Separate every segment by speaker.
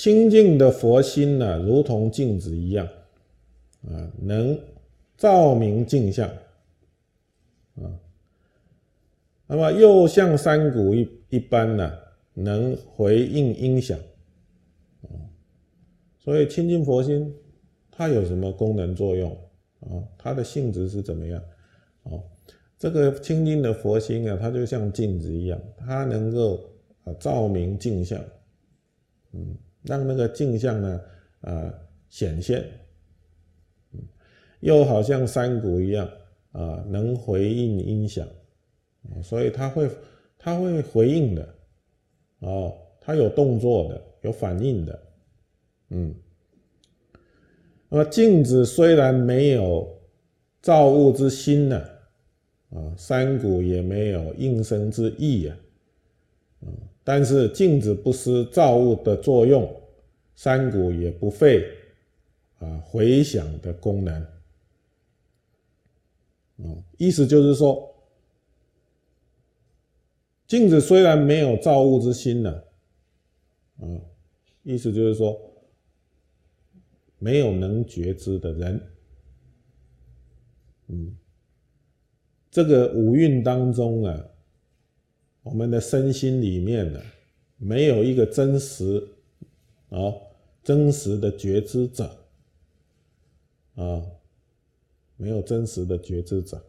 Speaker 1: 清净的佛心呢，如同镜子一样能照明镜像那么又像山谷一般呢，能回应音响所以清净佛心它有什么功能作用它的性质是怎么样这个清净的佛心它就像镜子一样，它能够照明镜像让那个镜像呢显现又好像山谷一样能回应音响所以它会回应的它有动作的，有反应的那么镜子虽然没有造物之心呢山谷也没有应生之意但是镜子不失造物的作用，山谷也不废回响的功能意思就是说，镜子虽然没有造物之心呢意思就是说，没有能觉知的人这个五蕴当中我们的身心里面没有一个真实的觉知者没有真实的觉知者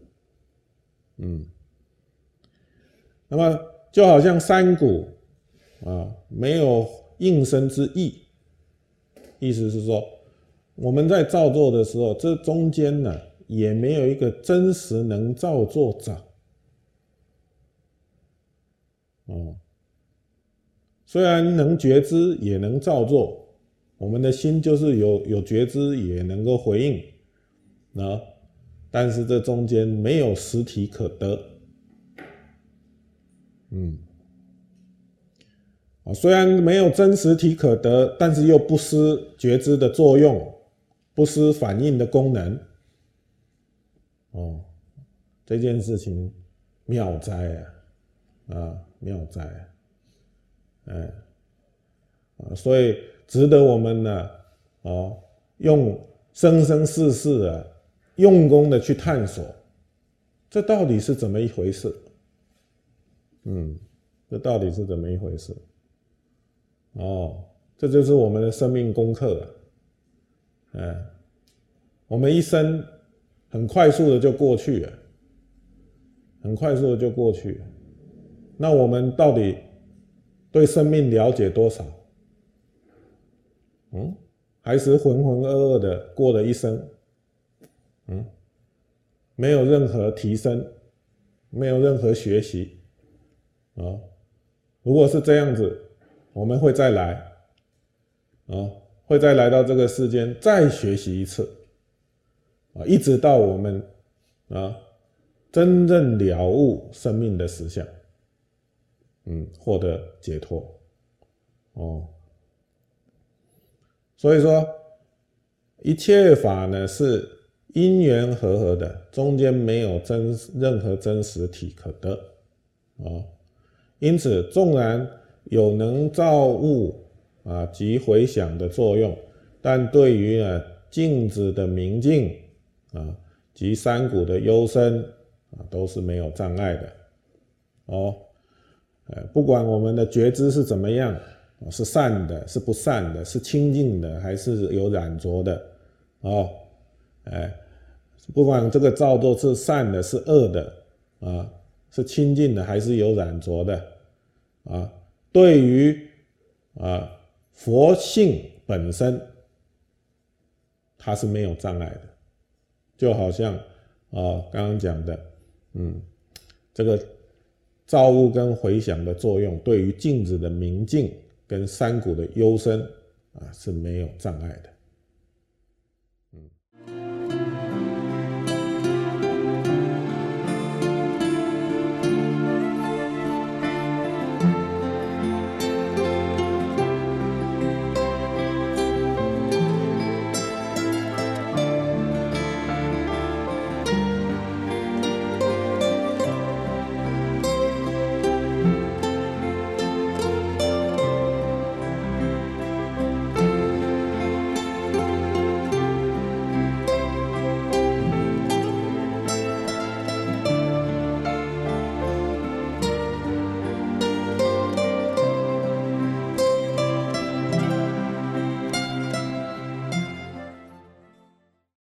Speaker 1: 那么就好像山谷没有应生之意，意思是说我们在造作的时候，这中间呢也没有一个真实能造作者虽然能觉知也能造作，我们的心就是有觉知也能够回应但是这中间没有实体可得虽然没有真实体可得，但是又不失觉知的作用，不失反应的功能这件事情妙哉妙哉所以值得我们呢用生生世世用功的去探索，这到底是怎么一回事这到底是怎么一回事这就是我们的生命功课我们一生很快速的就过去了，很快速的就过去了，那我们到底对生命了解多少还是浑浑噩噩的过了一生没有任何提升，没有任何学习如果是这样子，我们会再来会再来到这个世间再学习一次一直到我们真正了悟生命的实相获得解脱所以说一切法呢是因缘和合的，中间没有任何真实体可得因此纵然有能造物及回响的作用，但对于镜子的明净及山谷的幽深都是没有障碍的不管我们的觉知是怎么样，是善的是不善的，是清净的还是有染浊的不管这个造作是善的是恶的是清净的还是有染浊的对于佛性本身它是没有障碍的，就好像刚刚讲的这个造物跟回响的作用对于镜子的明净跟山谷的幽深是没有障碍的